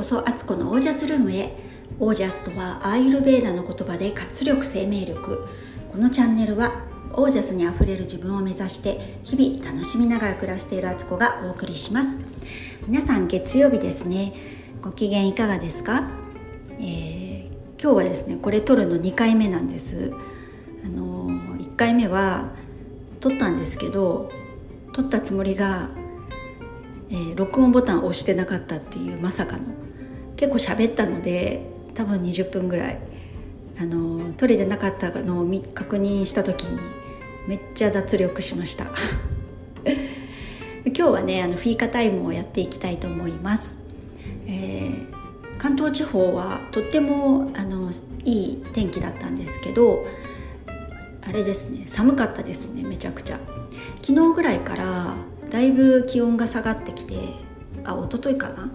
こそアツコのオージャスルームへ。オージャスとはアーユルヴェーダの言葉で活力、生命力。このチャンネルはオージャスにあふれる自分を目指して日々楽しみながら暮らしているアツコがお送りします。皆さん月曜日ですね。ご機嫌いかがですか？今日はですね、これ撮るの2回目なんです。1回目は撮ったんですけど、撮ったつもりが、録音ボタンを押してなかったっていうまさかの。結構喋ったので多分20分ぐらい撮れてなかったのを確認した時にめっちゃ脱力しました今日はねフィーカタイムをやっていきたいと思います。関東地方はとってもいい天気だったんですけど、あれですね、寒かったですね。めちゃくちゃ昨日ぐらいからだいぶ気温が下がってきて、一昨日かな、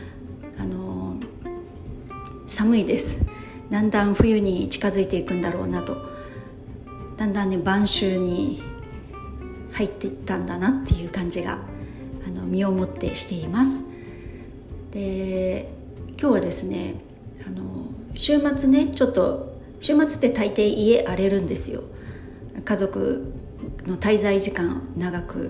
寒いです。だんだん冬に近づいていくんだろうなと、だんだんね晩秋に入っていったんだなっていう感じが身をもってしています。で、今日はですね週末ね、ちょっと週末って大抵家荒れるんですよ。家族の滞在時間長く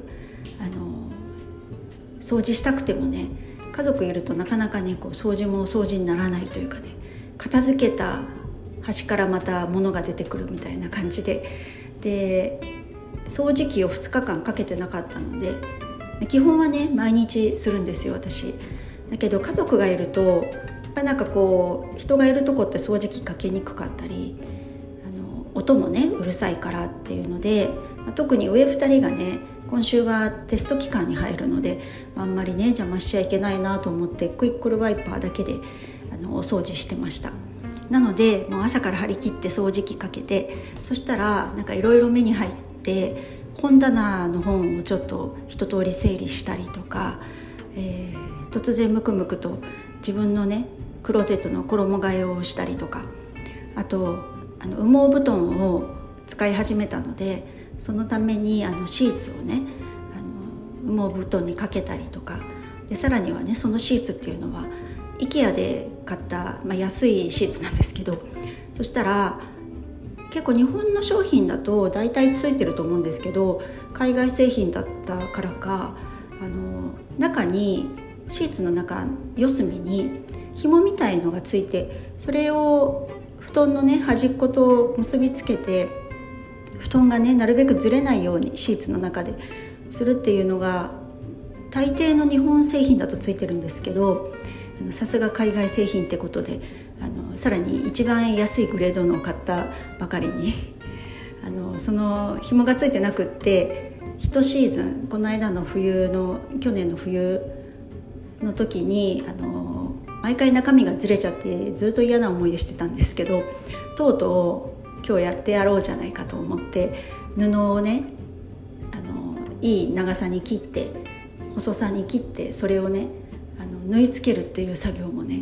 掃除したくてもね、家族いるとなかなかね掃除も掃除にならないというかね、片付けた端からまた物が出てくるみたいな感じで掃除機を2日間かけてなかったので、基本はね毎日するんですよ私。だけど家族がいるとやっぱなんか人がいるとこって掃除機かけにくかったり、音もねうるさいからっていうので、特に上2人がね今週はテスト期間に入るので、あんまりね邪魔しちゃいけないなと思ってクイックルワイパーだけでお掃除してました。なのでもう朝から張り切って掃除機かけて、そしたらなんかいろいろ目に入って、本棚の本をちょっと一通り整理したりとか、突然ムクムクと自分のねクローゼットの衣替えをしたりとか、あと羽毛布団を使い始めたので、そのためにシーツをね羽毛布団にかけたりとかで、さらにはねそのシーツっていうのは IKEA で買った、安いシーツなんですけど、そしたら結構日本の商品だと大体ついてると思うんですけど、海外製品だったからか中にシーツの中四隅に紐みたいのがついて、それを布団のね端っこと結びつけて、布団がねなるべくずれないようにシーツの中でするっていうのが大抵の日本製品だとついてるんですけど、さすが海外製品ってことでさらに一番安いグレードのを買ったばかりにその紐がついてなくって、1シーズンこの間の去年の冬の時に毎回中身がずれちゃってずっと嫌な思いでしてたんですけど、とうとう今日やってやろうじゃないかと思って布をねいい長さに切って細さに切って、それをね縫い付けるっていう作業もね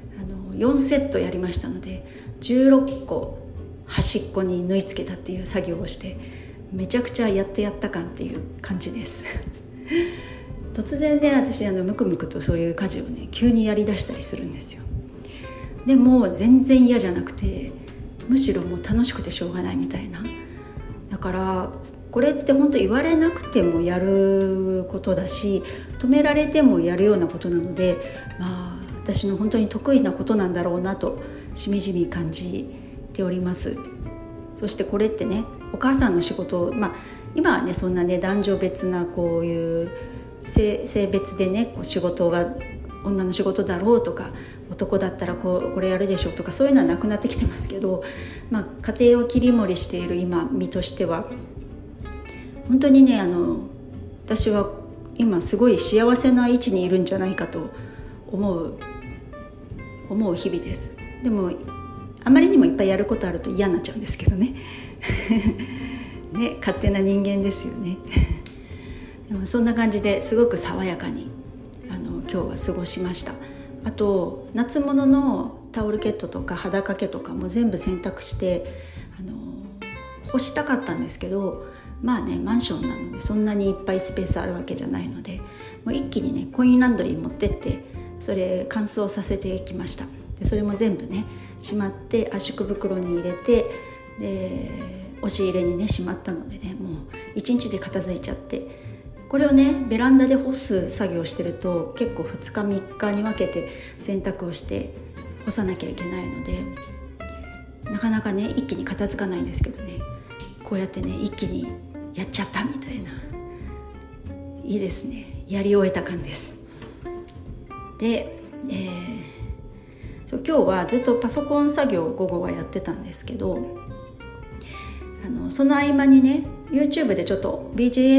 4セットやりましたので、16個端っこに縫い付けたっていう作業をして、めちゃくちゃやった感っていう感じです突然ね私ムクムクとそういう家事をね急にやりだしたりするんですよ。でも全然嫌じゃなくて、むしろもう楽しくてしょうがないみたいな。だからこれって本当言われなくてもやることだし、止められてもやるようなことなので、私の本当に得意なことなんだろうなとしみじみ感じております。そしてこれってねお母さんの仕事、今はねそんなね男女別なこういう性別でね仕事が女の仕事だろうとか、男だったらこれやるでしょうとか、そういうのはなくなってきてますけど、家庭を切り盛りしている今身としては本当にね私は今すごい幸せな位置にいるんじゃないかと思う日々です。でもあまりにもいっぱいやることあると嫌になっちゃうんですけどねね、勝手な人間ですよねでもそんな感じですごく爽やかに今日は過ごしました。あと夏物のタオルケットとか肌掛けとかも全部洗濯して干したかったんですけど、マンションなのでそんなにいっぱいスペースあるわけじゃないので、もう一気にねコインランドリー持ってってそれ乾燥させてきました。でそれも全部ねしまって圧縮袋に入れて、で押し入れにねしまったのでね、もう1日で片付いちゃって、これをねベランダで干す作業してると結構2日3日に分けて洗濯をして干さなきゃいけないので、なかなかね一気に片付かないんですけどね、こうやってね一気にやっちゃったみたいな、いいですね、やり終えた感じです。で、今日はずっとパソコン作業を午後はやってたんですけど、その合間にね YouTube でちょっと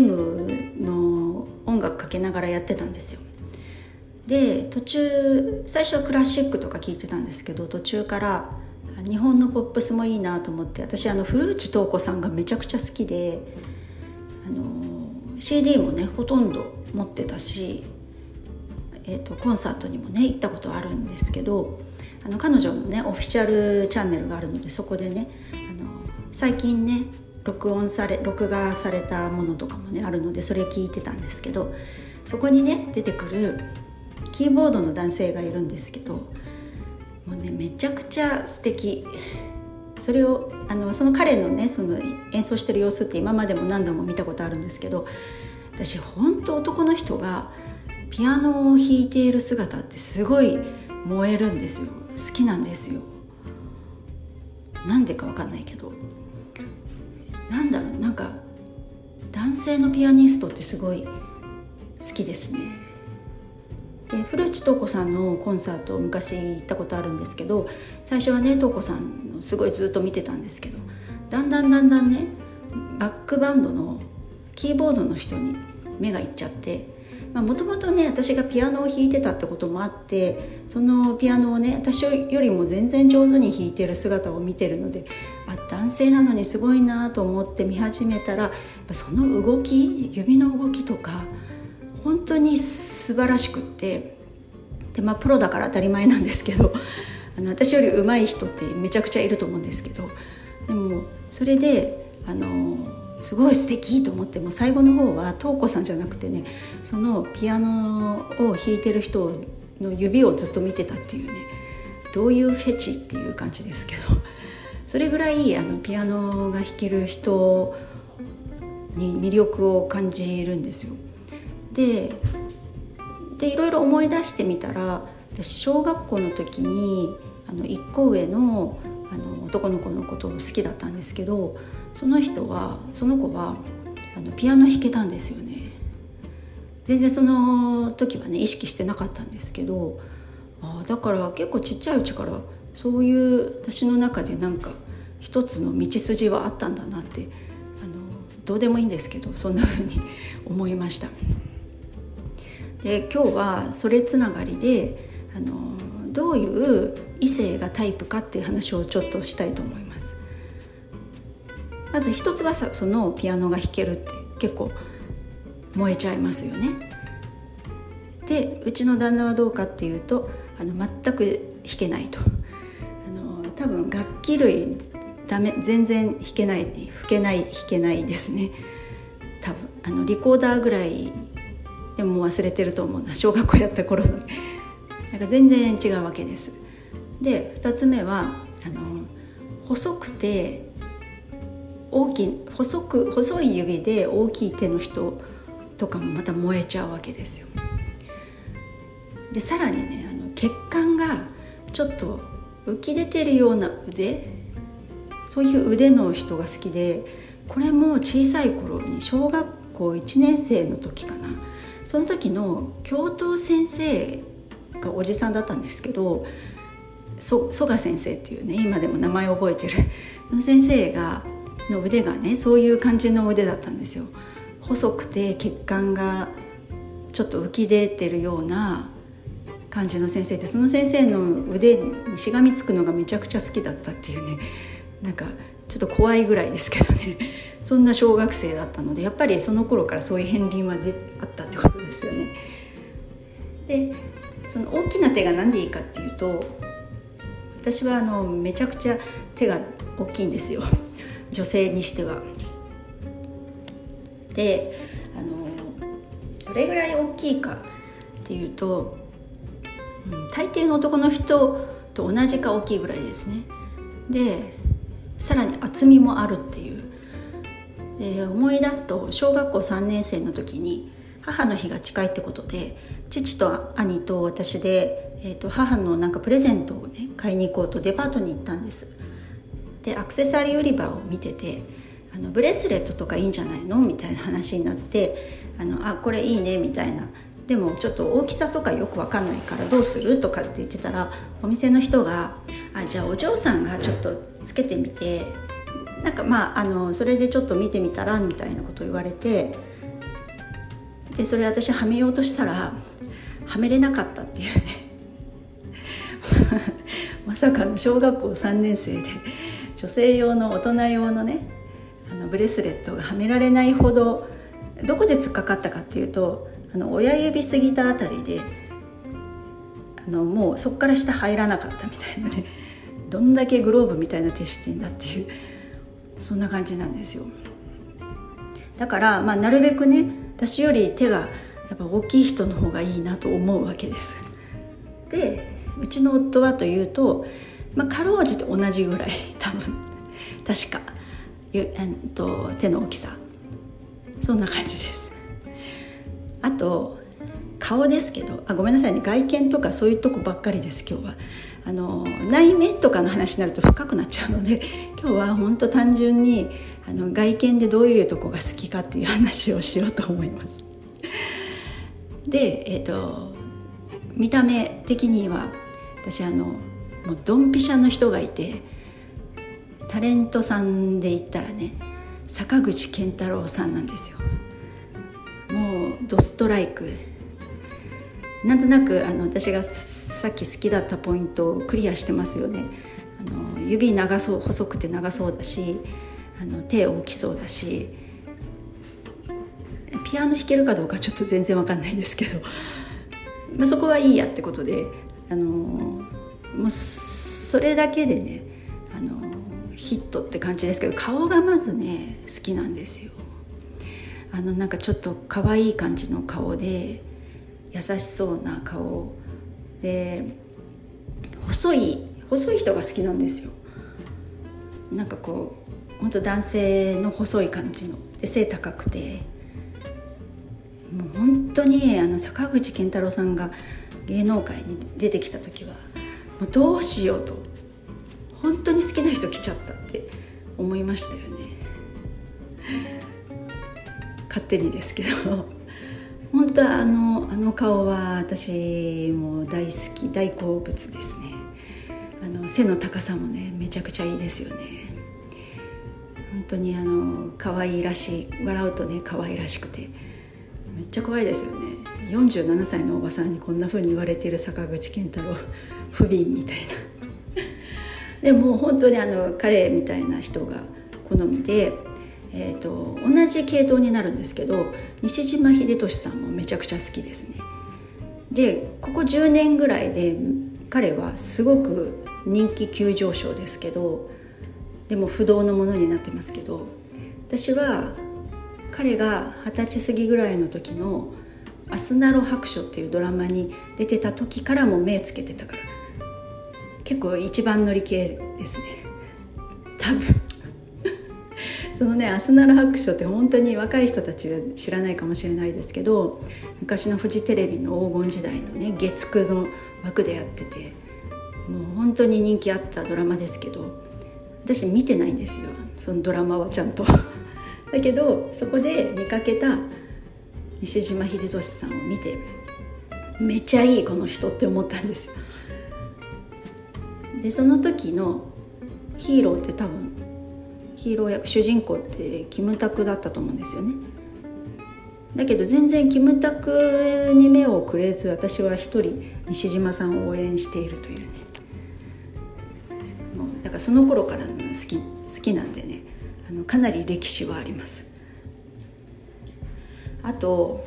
BGM の音楽かけながらやってたんですよ。で途中最初はクラシックとか聴いてたんですけど、途中から日本のポップスもいいなと思って、私古内東子さんがめちゃくちゃ好きで、CD もねほとんど持ってたし、コンサートにもね行ったことあるんですけど、彼女のねオフィシャルチャンネルがあるので、そこでね最近ね録画されたものとかもねあるので、それ聞いてたんですけど、そこにね出てくるキーボードの男性がいるんですけど、もうねめちゃくちゃ素敵。それをその彼のねその演奏してる様子って今までも何度も見たことあるんですけど、私本当男の人がピアノを弾いている姿ってすごい燃えるんですよ。好きなんですよ。なんでか分かんないけど、なんだろう、なんか男性のピアニストってすごい好きですね。で古内東子さんのコンサートを昔行ったことあるんですけど、最初はね東子さんのすごいずっと見てたんですけど、だんだんねバックバンドのキーボードの人に目がいっちゃって、もともとね私がピアノを弾いてたってこともあって、そのピアノをね私よりも全然上手に弾いてる姿を見てるので、男性なのにすごいなと思って見始めたら、やっぱその動き、指の動きとか本当に素晴らしくって、でプロだから当たり前なんですけど、私より上手い人ってめちゃくちゃいると思うんですけど、でもそれですごい素敵と思って、もう最後の方は東子さんじゃなくてね、そのピアノを弾いてる人の指をずっと見てたっていうね、どういうフェチっていう感じですけど、それぐらいピアノが弾ける人に魅力を感じるんですよ。でいろいろ思い出してみたら、私小学校の時に1個上の男の子のことを好きだったんですけど、その子はピアノ弾けたんですよね。全然その時はね意識してなかったんですけど、だから結構ちっちゃいうちからそういう私の中でなんか一つの道筋はあったんだなって、どうでもいいんですけどそんな風に思いました。で今日はそれつながりでどういう異性がタイプかっていう話をちょっとしたいと思います。まず一つはそのピアノが弾けるって結構燃えちゃいますよね。でうちの旦那はどうかっていうと全く弾けないと、多分楽器類ダメ、全然弾けないですね。多分リコーダーぐらいでも忘れてると思うな、小学校やった頃のなんか全然違うわけです。で2つ目は細くて細い指で大きい手の人とかもまた燃えちゃうわけですよ。でさらにね血管がちょっと浮き出てるような腕、そういう腕の人が好きで、これも小さい頃に小学校1年生の時かな、その時の教頭先生がおじさんだったんですけど、曽我先生っていうね、今でも名前を覚えてる先生の腕がねそういう感じの腕だったんですよ。細くて血管がちょっと浮き出てるような感じの先生で、その先生の腕にしがみつくのがめちゃくちゃ好きだったっていうね、なんかちょっと怖いぐらいですけどねそんな小学生だったので、やっぱりその頃からそういう片鱗はあったってことですよね。でその大きな手がなんでいいかっていうと、私はめちゃくちゃ手が大きいんですよ、女性にしては。でどれぐらい大きいかっていうと、 大抵の男の人と同じか大きいぐらいですね。でさらに厚みもあるっていう。で思い出すと小学校3年生の時に母の日が近いってことで、父と兄と私で、母のなんかプレゼントをね買いに行こうとデパートに行ったんです。でアクセサリー売り場を見てて、ブレスレットとかいいんじゃないのみたいな話になって、これいいねみたいな。でもちょっと大きさとかよく分かんないからどうするとかって言ってたら、お店の人がじゃあお嬢さんがちょっとつけてみて、なんかそれでちょっと見てみたらみたいなことを言われて、でそれ私はめようとしたらはめれなかったっていうねまさかの小学校3年生で女性用の大人用のねブレスレットがはめられないほど、どこで突っかかったかっていうと、親指過ぎたあたりでもうそこから下入らなかったみたいなね、どんだけグローブみたいな手してんだっていう、そんな感じなんですよ。だからなるべくね、私より手がやっぱ大きい人の方がいいなと思うわけです。でうちの夫はというと、かろうじて同じぐらい、多分確か手の大きさ、そんな感じです。あと顔ですけど、ごめんなさいね、外見とかそういうとこばっかりです。今日は内面とかの話になると深くなっちゃうので、今日は本当単純に外見でどういうとこが好きかっていう話をしようと思います。で、見た目的には私もうドンピシャの人がいて、タレントさんで言ったらね、坂口健太郎さんなんですよ。もうドストライク。なんとなく私がさっき好きだったポイントをクリアしてますよね。指細くて長そうだし、手大きそうだし、ピアノ弾けるかどうかちょっと全然わかんないですけど、そこはいいやってことで、もうそれだけでねヒットって感じですけど、顔がまずね好きなんですよ。なんかちょっと可愛い感じの顔で、優しそうな顔で、細い人が好きなんですよ。なんかこう本当男性の細い感じので、背高くて、もう本当に坂口健太郎さんが芸能界に出てきた時はもうどうしようと、本当に好きな人来ちゃったって思いましたよね。勝手にですけど本当はあの顔は私も大好き、大好物ですね。背の高さもねめちゃくちゃいいですよね。本当に可愛いらしい、笑うとね可愛らしくてめっちゃ怖いですよね。47歳のおばさんにこんな風に言われている坂口健太郎、不憫みたいなでも本当に彼みたいな人が好みで、同じ系統になるんですけど、西島秀俊さんもめちゃくちゃ好きですね。でここ10年ぐらいで彼はすごく人気急上昇ですけど、でも不動のものになってますけど、私は彼が20歳過ぎぐらいの時のアスナロ白書っていうドラマに出てた時からも目つけてたから、結構一番乗り系ですね多分そのね、アスナロ白書って本当に若い人たちは知らないかもしれないですけど、昔のフジテレビの黄金時代のね月9の枠でやってて、もう本当に人気あったドラマですけど、私見てないんですよそのドラマはちゃんとだけどそこで見かけた西島秀俊さんを見て、めっちゃいいこの人って思ったんですよ。でその時のヒーローって多分ヒーロー役、主人公ってキムタクだったと思うんですよね。だけど全然キムタクに目をくれず、私は一人西島さんを応援しているというね、もうだからその頃からの好きなんでね、かなり歴史はあります。あと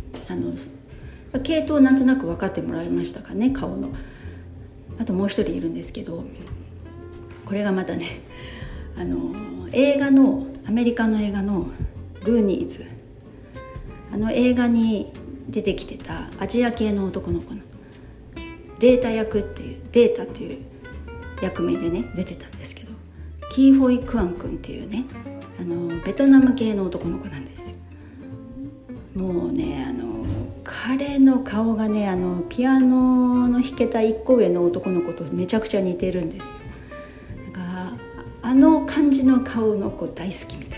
系統なんとなく分かってもらいましたかね、顔の。あともう一人いるんですけど、これがまたね映画のアメリカの映画のグーニーズ、映画に出てきてたアジア系の男の子のデータ役っていうデータっていう役名でね出てたんですけど、キー・ホイ・クアン君っていうねベトナム系の男の子なんですよ。もうね彼の顔がねピアノの弾けた1個上の男の子とめちゃくちゃ似てるんですよ。だからあの感じの顔の子大好きみたい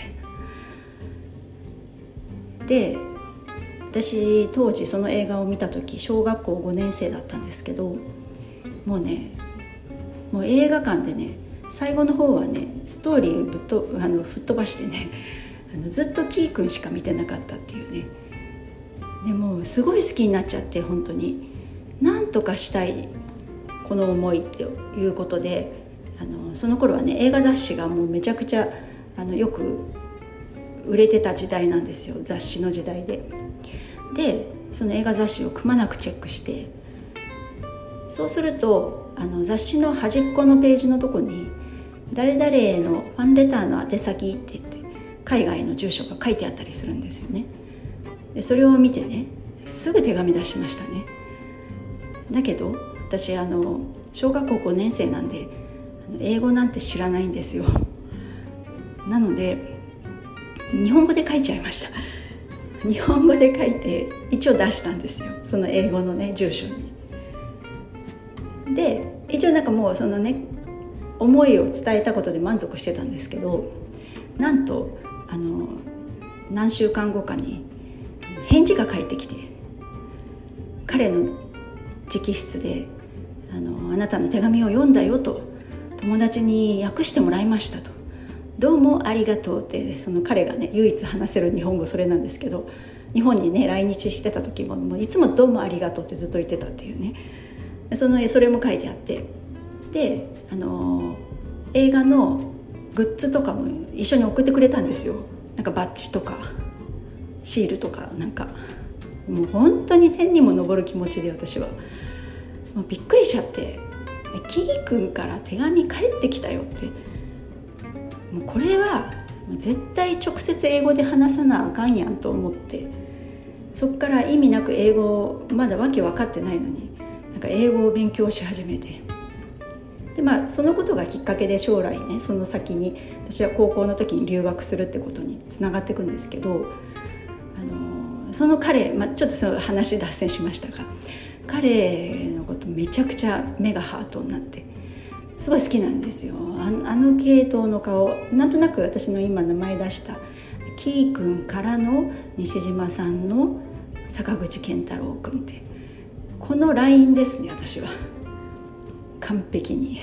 な。で私当時その映画を見た時小学校5年生だったんですけど、もう映画館でね最後の方はねストーリー吹っ飛ばしてねずっとキー君しか見てなかったっていうね。でもすごい好きになっちゃって、本当になんとかしたいこの思いっていうことでその頃はね映画雑誌がもうめちゃくちゃよく売れてた時代なんですよ、雑誌の時代で。でその映画雑誌をくまなくチェックして、そうすると雑誌の端っこのページのとこに誰々へのファンレターの宛先って言って海外の住所が書いてあったりするんですよね。でそれを見てねすぐ手紙出しましたね。だけど私小学校5年生なんで英語なんて知らないんですよ。なので日本語で書いちゃいました。日本語で書いて一応出したんですよ、その英語のね住所に。で一応なんかもうそのね思いを伝えたことで満足してたんですけど、なんと何週間後かに返事が返ってきて、彼の直筆であなたの手紙を読んだよと、友達に訳してもらいましたと、どうもありがとうって、その彼がね唯一話せる日本語それなんですけど、日本にね来日してた時もういつもどうもありがとうってずっと言ってたっていうね。それも書いてあって、で映画のグッズとかも一緒に送ってくれたんですよ。なんかバッジとかシールとか、なんかもう本当に天にも昇る気持ちで、私はもうびっくりしちゃって、キー君から手紙返ってきたよって、もうこれは絶対直接英語で話さなあかんやんと思って、そっから意味なく英語まだわけ分かってないのになんか英語を勉強し始めて、でそのことがきっかけで将来ねその先に私は高校の時に留学するってことにつながっていくんですけど、その彼、ちょっとその話脱線しましたが、彼のことめちゃくちゃ目がハートになってすごい好きなんですよ。あの系統の顔、なんとなく私の今名前出したキー君からの西島さんの坂口健太郎君って、このラインですね、私は完璧に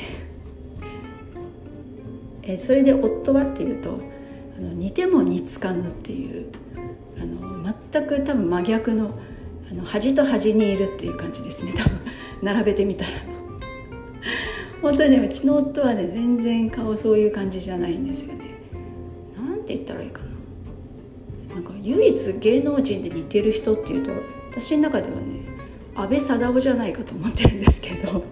それで夫はっていうと似ても似つかぬっていう全く多分真逆の端と端にいるっていう感じですね、多分並べてみたら本当にね、うちの夫はね全然顔そういう感じじゃないんですよね。なんて言ったらいいかな、なんか唯一芸能人で似てる人っていうと私の中ではね安倍貞夫じゃないかと思ってるんですけど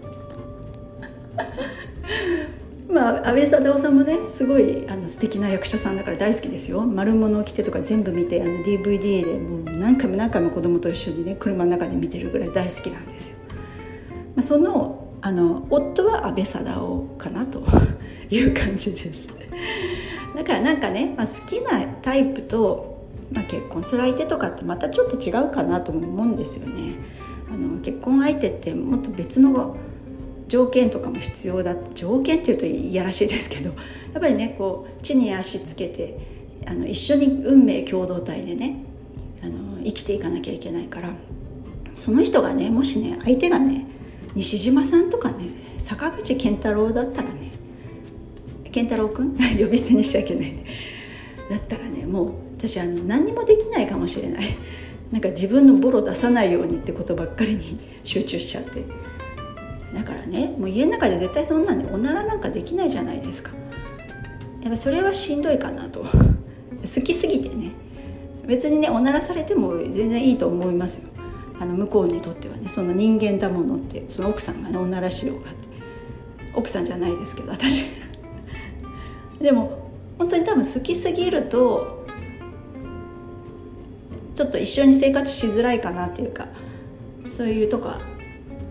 安倍貞夫さんもねすごい素敵な役者さんだから大好きですよ。丸物を着てとか全部見てDVD でもう何回も何回も子供と一緒にね車の中で見てるぐらい大好きなんですよ。その夫は安倍貞夫かなという感じですだからなんかね、好きなタイプと、結婚する相手とかってまたちょっと違うかなと思うんですよね。結婚相手ってもっと別の条件とかも必要だ。条件っていうといやらしいですけど、やっぱりねこう地に足つけて一緒に運命共同体でね生きていかなきゃいけないから、その人がねもしね相手がね西島さんとかね坂口健太郎だったらね、健太郎くん呼び捨てにしちゃいけないねだったらね、もう私何にもできないかもしれない。なんか自分のボロ出さないようにってことばっかりに集中しちゃって、だからねもう家の中で絶対そんなんでおならなんかできないじゃないですか。やっぱそれはしんどいかなと好きすぎてね、別にねおならされても全然いいと思いますよ。向こうにとってはね、その人間だものって、その奥さんがねおならしようがって、奥さんじゃないですけど私でも本当に多分好きすぎるとちょっと一緒に生活しづらいかなっていうか、そういうとこ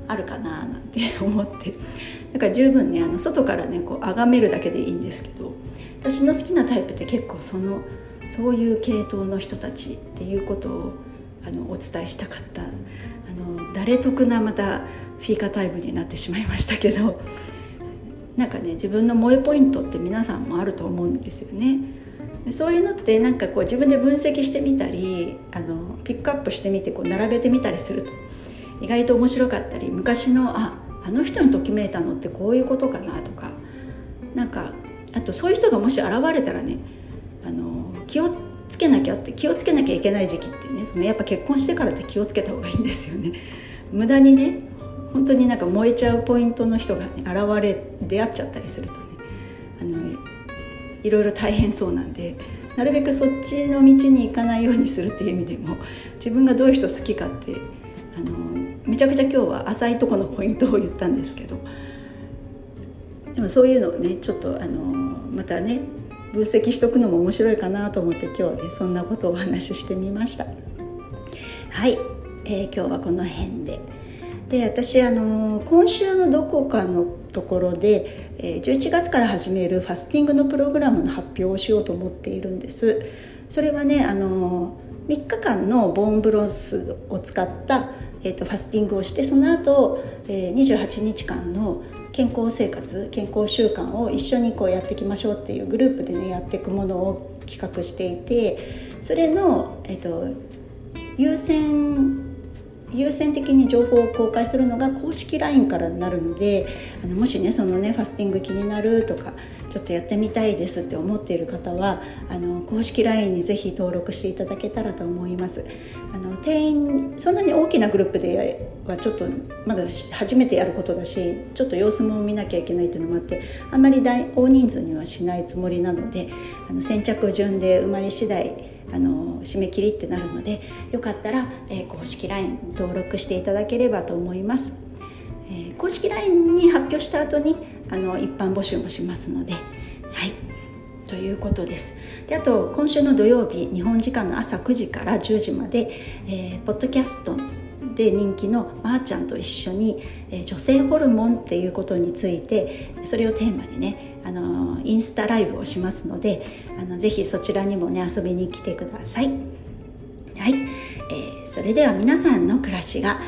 あるかななんて思って、だから十分ね外からねこう崇めるだけでいいんですけど、私の好きなタイプって結構そういう系統の人たちっていうことをお伝えしたかった。誰得なまたフィーカタイムになってしまいましたけど、なんかね自分の萌えポイントって皆さんもあると思うんですよね。そういうのってなんかこう自分で分析してみたりピックアップしてみてこう並べてみたりすると意外と面白かったり、昔のあの人にときめいたのってこういうことかなとか、なんかあとそういう人がもし現れたらね気をつけなきゃいけない時期ってね、やっぱ結婚してからって気をつけた方がいいんですよね。無駄にね本当になんか燃えちゃうポイントの人が、ね、出会っちゃったりするとねいろいろ大変そうなんで、なるべくそっちの道に行かないようにするっていう意味でも、自分がどういう人好きかってめちゃくちゃ今日は浅いとこのポイントを言ったんですけど、でもそういうのをねちょっとまたね分析しとくのも面白いかなと思って今日ねそんなことをお話ししてみました。はい、今日はこの辺で。で私今週のどこかのところで、11月から始めるファスティングのプログラムの発表をしようと思っているんです。それはね3日間のボーンブロスを使った、ファスティングをして、その後、28日間の健康生活健康習慣を一緒にこうやっていきましょうっていうグループでねやっていくものを企画していて、それの、優先的に情報を公開するのが公式 LINE からになるので、もしねそのねファスティング気になるとかちょっとやってみたいですって思っている方は公式 LINE にぜひ登録していただけたらと思います。定員そんなに大きなグループではちょっとまだ初めてやることだし、ちょっと様子も見なきゃいけないというのもあって、あんまり大人数にはしないつもりなので、先着順で埋まり次第締め切りってなるので、よかったら、公式 LINE 登録していただければと思います。公式 LINE に発表した後に一般募集もしますので、はいということです。であと今週の土曜日日本時間の朝9時から10時まで、ポッドキャストで人気のまーちゃんと一緒に、女性ホルモンっていうことについて、それをテーマにねインスタライブをしますので、ぜひそちらにもね遊びに来てください。はい、それでは皆さんの暮らしが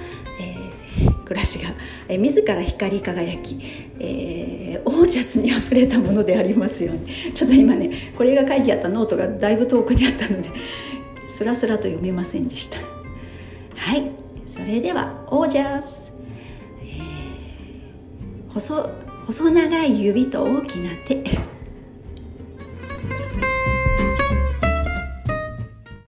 自ら光り輝き、オージャスにあふれたものでありますように。ちょっと今ねこれが書いてあったノートがだいぶ遠くにあったのでスラスラと読めませんでした。はい、それではオージャス、細長い指と大きな手